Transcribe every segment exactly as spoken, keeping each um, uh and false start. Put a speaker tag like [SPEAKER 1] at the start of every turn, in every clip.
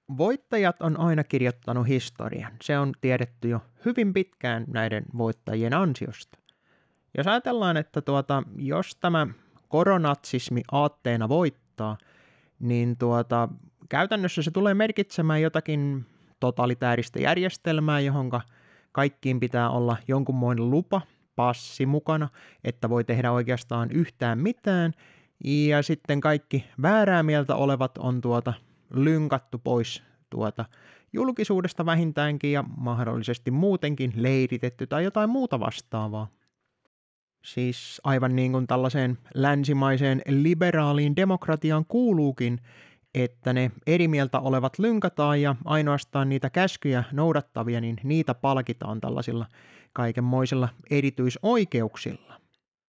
[SPEAKER 1] Voittajat on aina kirjoittanut historian. Se on tiedetty jo hyvin pitkään näiden voittajien ansiosta. Jos ajatellaan, että tuota, jos tämä koronatsismi aatteena voittaa, niin tuota, käytännössä se tulee merkitsemään jotakin totalitääristä järjestelmää, johon kaikkiin pitää olla jonkunmoinen lupa, passi mukana, että voi tehdä oikeastaan yhtään mitään, ja sitten kaikki väärää mieltä olevat on tuota lynkattu pois tuota julkisuudesta vähintäänkin ja mahdollisesti muutenkin leiritetty tai jotain muuta vastaavaa. Siis aivan niin kuin tällaiseen länsimaiseen liberaaliin demokratiaan kuuluukin, että ne eri mieltä olevat lynkataan ja ainoastaan niitä käskyjä noudattavia, niin niitä palkitaan tällaisilla kaikenmoisilla erityisoikeuksilla.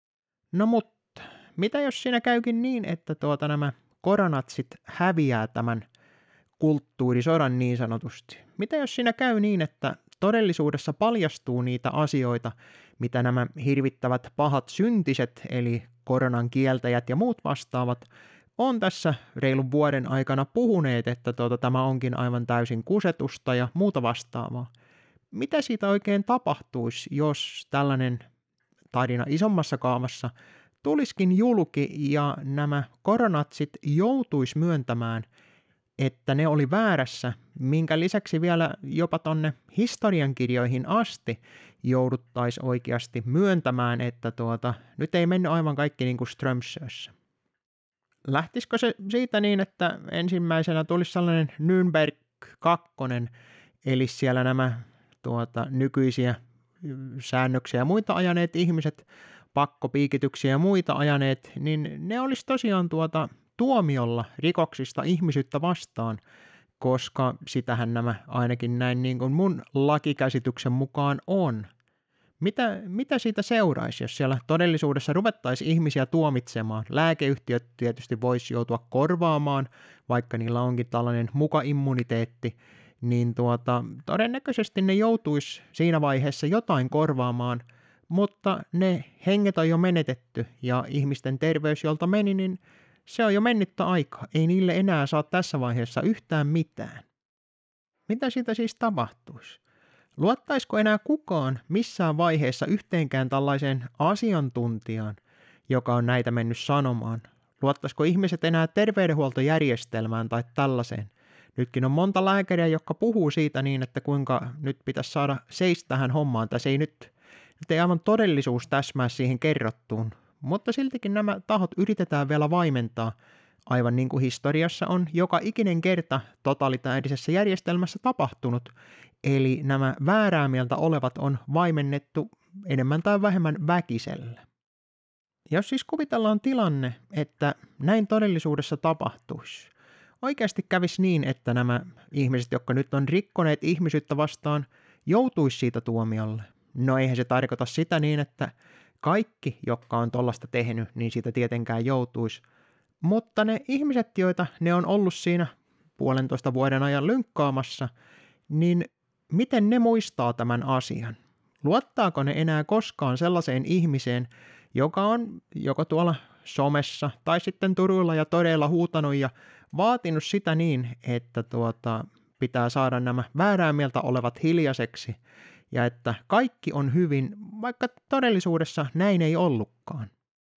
[SPEAKER 1] No mutta, mitä jos siinä käykin niin, että tuota nämä koronatsit häviää tämän kulttuurisodan niin sanotusti? Mitä jos siinä käy niin, että todellisuudessa paljastuu niitä asioita, mitä nämä hirvittävät pahat syntiset, eli koronan kieltäjät ja muut vastaavat, on tässä reilun vuoden aikana puhuneet, että tuota, tämä onkin aivan täysin kusetusta ja muuta vastaavaa. Mitä siitä oikein tapahtuisi, jos tällainen tarina isommassa kaavassa tulisikin julki ja nämä koronatsit joutuis myöntämään, että ne oli väärässä, minkä lisäksi vielä jopa tonne historiankirjoihin asti jouduttaisiin oikeasti myöntämään, että tuota, nyt ei mennyt aivan kaikki niin kuin Strömsössä. Lähtisikö se siitä niin, että ensimmäisenä tulisi sellainen Nürnberg kaksi, eli siellä nämä tuota, nykyisiä säännöksiä ja muita ajaneet ihmiset, pakkopiikityksiä ja muita ajaneet, niin ne olisi tosiaan tuota tuomiolla rikoksista ihmisyyttä vastaan, koska sitähän nämä ainakin näin niin kuin mun lakikäsityksen mukaan on. Mitä, mitä siitä seuraisi, jos siellä todellisuudessa ruvettaisiin ihmisiä tuomitsemaan? Lääkeyhtiöt tietysti voisi joutua korvaamaan, vaikka niillä onkin tällainen mukaimmuniteetti, niin tuota, todennäköisesti ne joutuisi siinä vaiheessa jotain korvaamaan, mutta ne henget on jo menetetty ja ihmisten terveys, jolta meni, niin se on jo mennyttä aikaa. Ei niille enää saa tässä vaiheessa yhtään mitään. Mitä siitä siis tapahtuisi? Luottaisiko enää kukaan missään vaiheessa yhteenkään tällaiseen asiantuntijaan, joka on näitä mennyt sanomaan? Luottaisiko ihmiset enää terveydenhuoltojärjestelmään tai tällaiseen? Nytkin on monta lääkäriä, jotka puhuu siitä niin, että kuinka nyt pitäisi saada seis tähän hommaan. Tässä ei nyt, nyt ei aivan todellisuus täsmää siihen kerrottuun, mutta siltikin nämä tahot yritetään vielä vaimentaa, aivan niin kuin historiassa on joka ikinen kerta totalitaarisessa järjestelmässä tapahtunut, eli nämä väärää mieltä olevat on vaimennettu enemmän tai vähemmän väkisellä. Jos siis kuvitellaan tilanne, että näin todellisuudessa tapahtuisi, oikeasti kävisi niin, että nämä ihmiset, jotka nyt on rikkoneet ihmisyyttä vastaan, joutuisi siitä tuomiolle. No eihän se tarkoita sitä niin, että kaikki, jotka on tollasta tehnyt, niin siitä tietenkään joutuisi. Mutta ne ihmiset, joita ne on ollut siinä puolentoista vuoden ajan lynkkaamassa, niin miten ne muistaa tämän asian? Luottaako ne enää koskaan sellaiseen ihmiseen, joka on joko tuolla somessa tai sitten turuilla ja toreilla huutanut ja vaatinut sitä niin, että tuota, pitää saada nämä väärää mieltä olevat hiljaiseksi ja että kaikki on hyvin, vaikka todellisuudessa näin ei ollutkaan.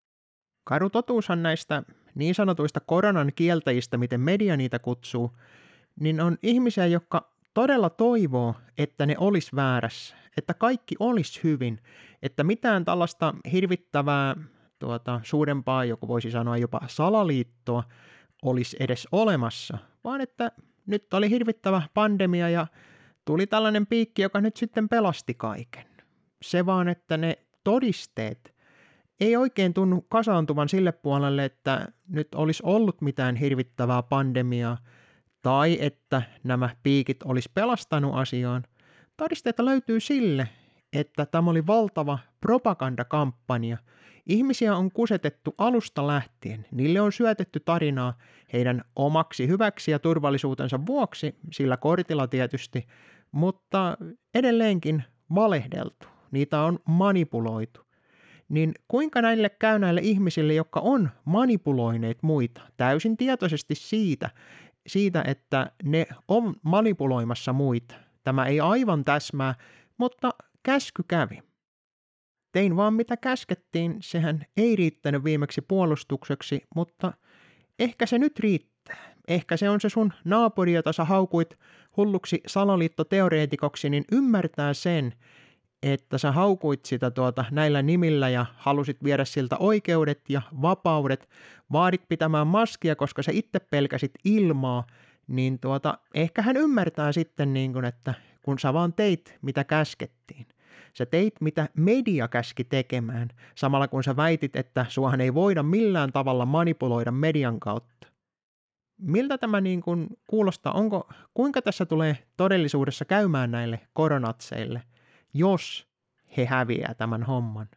[SPEAKER 1] Karu totuushan näistä niin sanotuista koronan kieltäjistä, miten media niitä kutsuu, niin on ihmisiä, jotka todella toivoo, että ne olisi väärässä, että kaikki olisi hyvin, että mitään tällaista hirvittävää, tuota, suurempaa, joku voisi sanoa jopa salaliittoa, olisi edes olemassa, vaan että nyt oli hirvittävä pandemia ja tuli tällainen piikki, joka nyt sitten pelasti kaiken. Se vaan, että ne todisteet ei oikein tunnu kasaantuvan sille puolelle, että nyt olisi ollut mitään hirvittävää pandemiaa tai että nämä piikit olisi pelastanut asiaan. Todisteita löytyy sille, että tämä oli valtava propagandakampanja. Ihmisiä on kusetettu alusta lähtien. Niille on syötetty tarinaa heidän omaksi hyväksi ja turvallisuutensa vuoksi, sillä kortilla tietysti, mutta edelleenkin valehdeltu. Niitä on manipuloitu. Niin kuinka näille käy näille ihmisille, jotka on manipuloineet muita täysin tietoisesti siitä, siitä, että ne on manipuloimassa muita. Tämä ei aivan täsmää, mutta käsky kävi. Tein vaan mitä käskettiin, sehän ei riittänyt viimeksi puolustukseksi, mutta ehkä se nyt riittää. Ehkä se on se sun naapuri, jota sä haukuit hulluksi salaliittoteoreetikoksi, niin ymmärtää sen, että sä haukuit sitä tuota näillä nimillä ja halusit viedä siltä oikeudet ja vapaudet, vaadit pitämään maskia, koska sä itse pelkäsit ilmaa, niin tuota, ehkä hän ymmärtää sitten niin kuin, että kun sä vaan teit, mitä käskettiin. Sä teit, mitä media käski tekemään, samalla kun sä väitit, että suahan ei voida millään tavalla manipuloida median kautta. Miltä tämä niin kuin kuulostaa? Onko, kuinka tässä tulee todellisuudessa käymään näille koronatseille, jos he häviää tämän homman?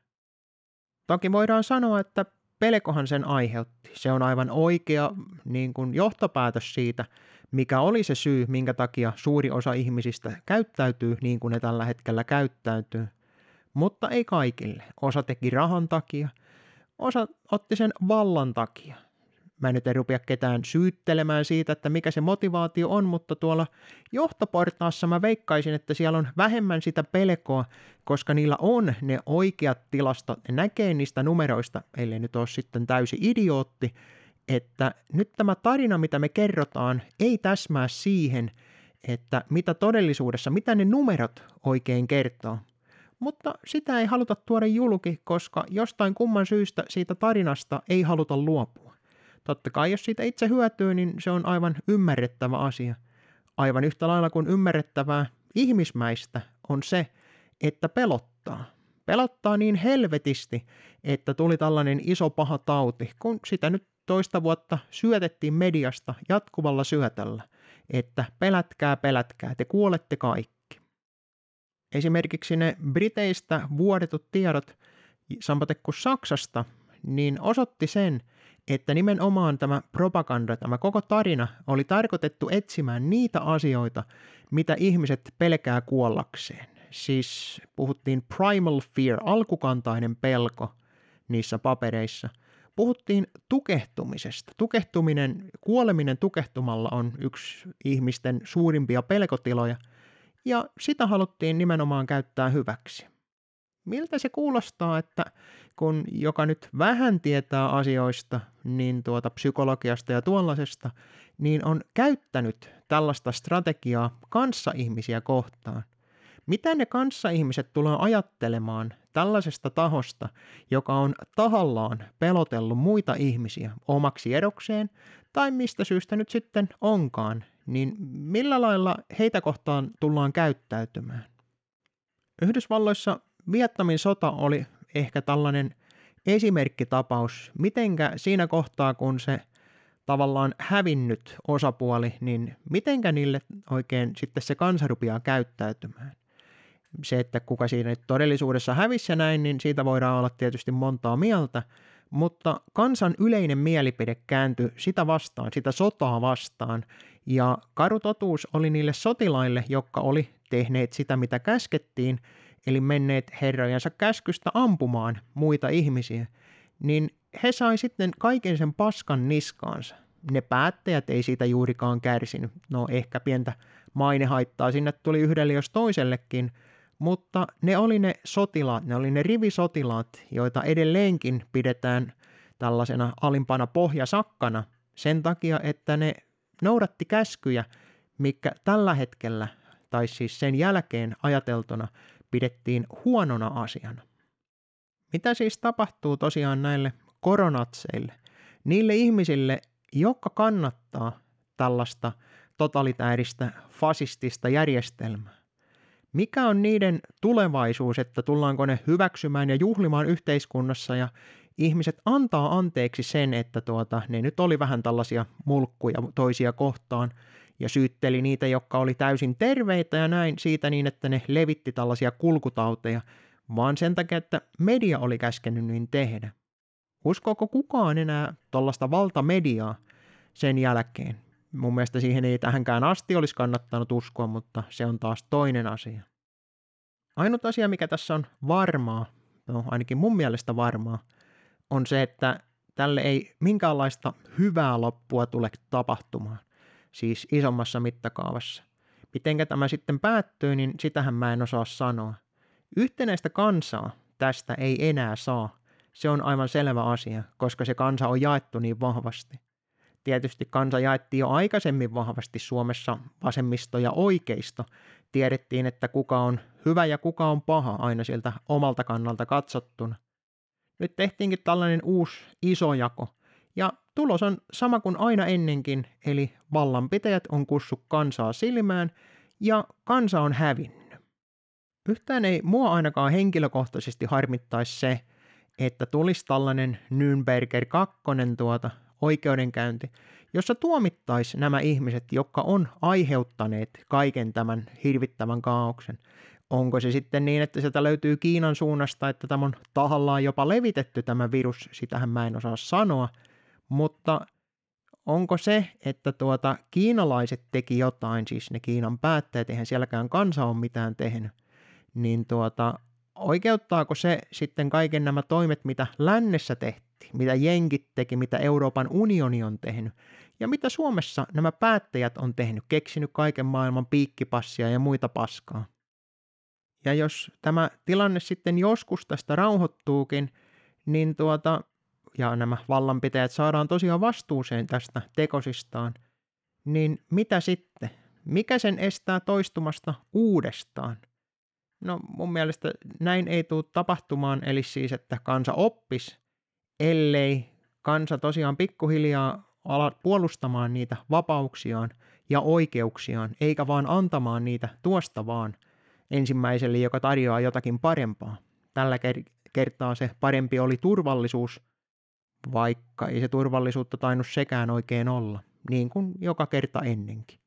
[SPEAKER 1] Toki voidaan sanoa, että pelkohan sen aiheutti. Se on aivan oikea niin kuin johtopäätös siitä, mikä oli se syy, minkä takia suuri osa ihmisistä käyttäytyy niin kuin ne tällä hetkellä käyttäytyy. Mutta ei kaikille. Osa teki rahan takia, osa otti sen vallan takia. Mä nyt en rupea ketään syyttelemään siitä, että mikä se motivaatio on, mutta tuolla johtoportaassa mä veikkaisin, että siellä on vähemmän sitä pelkoa, koska niillä on ne oikeat tilastot. Ne näkee niistä numeroista, ellei nyt ole sitten täysi idiootti, että nyt tämä tarina, mitä me kerrotaan, ei täsmää siihen, että mitä todellisuudessa, mitä ne numerot oikein kertoo. Mutta sitä ei haluta tuoda julki, koska jostain kumman syystä siitä tarinasta ei haluta luopua. Totta kai jos siitä itse hyötyy, niin se on aivan ymmärrettävä asia. Aivan yhtä lailla kuin ymmärrettävää ihmismäistä on se, että pelottaa. Pelottaa niin helvetisti, että tuli tällainen iso paha tauti, kun sitä nyt toista vuotta syötettiin mediasta jatkuvalla syötöllä, että pelätkää, pelätkää, te kuolette kaikki. Esimerkiksi ne Briteistä vuodetut tiedot, samoin kuin Saksasta, niin osoitti sen, että nimenomaan tämä propaganda, tämä koko tarina oli tarkoitettu etsimään niitä asioita, mitä ihmiset pelkää kuollakseen. Siis puhuttiin primal fear, alkukantainen pelko niissä papereissa. Puhuttiin tukehtumisesta. Tukehtuminen, kuoleminen tukehtumalla on yksi ihmisten suurimpia pelkotiloja, ja sitä haluttiin nimenomaan käyttää hyväksi. Miltä se kuulostaa, että kun joka nyt vähän tietää asioista, niin tuota psykologiasta ja tuollaisesta, niin on käyttänyt tällaista strategiaa kanssaihmisiä kohtaan. Mitä ne kanssaihmiset tulee ajattelemaan tällaisesta tahosta, joka on tahallaan pelotellut muita ihmisiä omaksi edokseen, tai mistä syystä nyt sitten onkaan, niin millä lailla heitä kohtaan tullaan käyttäytymään? Yhdysvalloissa Vietnamin sota oli ehkä tällainen esimerkkitapaus, mitenkä siinä kohtaa, kun se tavallaan hävinnyt osapuoli, niin mitenkä niille oikein sitten se kansa rupeaa käyttäytymään. Se, että kuka siinä nyt todellisuudessa hävisi ja näin, niin siitä voidaan olla tietysti montaa mieltä, mutta kansan yleinen mielipide kääntyi sitä vastaan, sitä sotaa vastaan, ja karu totuus oli niille sotilaille, jotka oli tehneet sitä, mitä käskettiin, eli menneet herrojensa käskystä ampumaan muita ihmisiä, niin he sai sitten kaiken sen paskan niskaansa. Ne päättäjät ei siitä juurikaan kärsinyt. No ehkä pientä mainehaittaa sinne tuli yhdelle jos toisellekin, mutta ne oli ne sotilaat, ne oli ne rivisotilaat, joita edelleenkin pidetään tällaisena alimpana pohjasakkana sen takia, että ne noudatti käskyjä, mikä tällä hetkellä, tai siis sen jälkeen ajateltuna, pidettiin huonona asiana. Mitä siis tapahtuu tosiaan näille koronatseille? Niille ihmisille, jotka kannattaa tällaista totalitääristä fasistista järjestelmää. Mikä on niiden tulevaisuus, että tullaanko ne hyväksymään ja juhlimaan yhteiskunnassa ja ihmiset antaa anteeksi sen, että tuota, ne nyt oli vähän tällaisia mulkkuja toisia kohtaan ja syytteli niitä, jotka oli täysin terveitä ja näin siitä niin, että ne levitti tällaisia kulkutauteja, vaan sen takia, että media oli käskenyt niin tehdä. Uskooko kukaan enää tuollaista valtamediaa sen jälkeen? Mun mielestä siihen ei tähänkään asti olisi kannattanut uskoa, mutta se on taas toinen asia. Ainut asia, mikä tässä on varmaa, no ainakin mun mielestä varmaa, on se, että tälle ei minkäänlaista hyvää loppua tule tapahtumaan. siis isommassa mittakaavassa. Mitenkä tämä sitten päättyy, niin sitähän mä en osaa sanoa. Yhtenäistä kansaa tästä ei enää saa. Se on aivan selvä asia, koska se kansa on jaettu niin vahvasti. Tietysti kansa jaettiin jo aikaisemmin vahvasti Suomessa vasemmisto ja oikeisto. Tiedettiin, että kuka on hyvä ja kuka on paha aina sieltä omalta kannalta katsottuna. Nyt tehtiinkin tällainen uusi iso jako. Ja tulos on sama kuin aina ennenkin, eli vallanpitäjät on kussut kansaa silmään ja kansa on hävinnyt. Yhtään ei mua ainakaan henkilökohtaisesti harmittaisi se, että tulisi tällainen Nürnberger kakkonen tuota oikeudenkäynti, jossa tuomittaisi nämä ihmiset, jotka on aiheuttaneet kaiken tämän hirvittävän kaaoksen. Onko se sitten niin, että sieltä löytyy Kiinan suunnasta, että tämä on tahallaan jopa levitetty tämä virus, sitähän mä en osaa sanoa, mutta onko se, että tuota kiinalaiset teki jotain, siis ne Kiinan päättäjät, eihän sielläkään kansa ole mitään tehnyt, niin tuota, oikeuttaako se sitten kaiken nämä toimet, mitä lännessä tehtiin, mitä jenkit teki, mitä Euroopan unioni on tehnyt, ja mitä Suomessa nämä päättäjät on tehnyt, keksinyt kaiken maailman piikkipassia ja muita paskaa. Ja jos tämä tilanne sitten joskus tästä rauhoittuukin, niin tuota, ja nämä vallanpitäjät saadaan tosiaan vastuuseen tästä tekosistaan, niin mitä sitten? Mikä sen estää toistumasta uudestaan? No mun mielestä näin ei tule tapahtumaan, eli siis, että kansa oppisi, ellei kansa tosiaan pikkuhiljaa ala puolustamaan niitä vapauksiaan ja oikeuksiaan, eikä vaan antamaan niitä tuosta vaan ensimmäiselle, joka tarjoaa jotakin parempaa. Tällä kertaa se parempi oli turvallisuus, vaikka ei se turvallisuutta tainnut sekään oikein olla, niin kuin joka kerta ennenkin.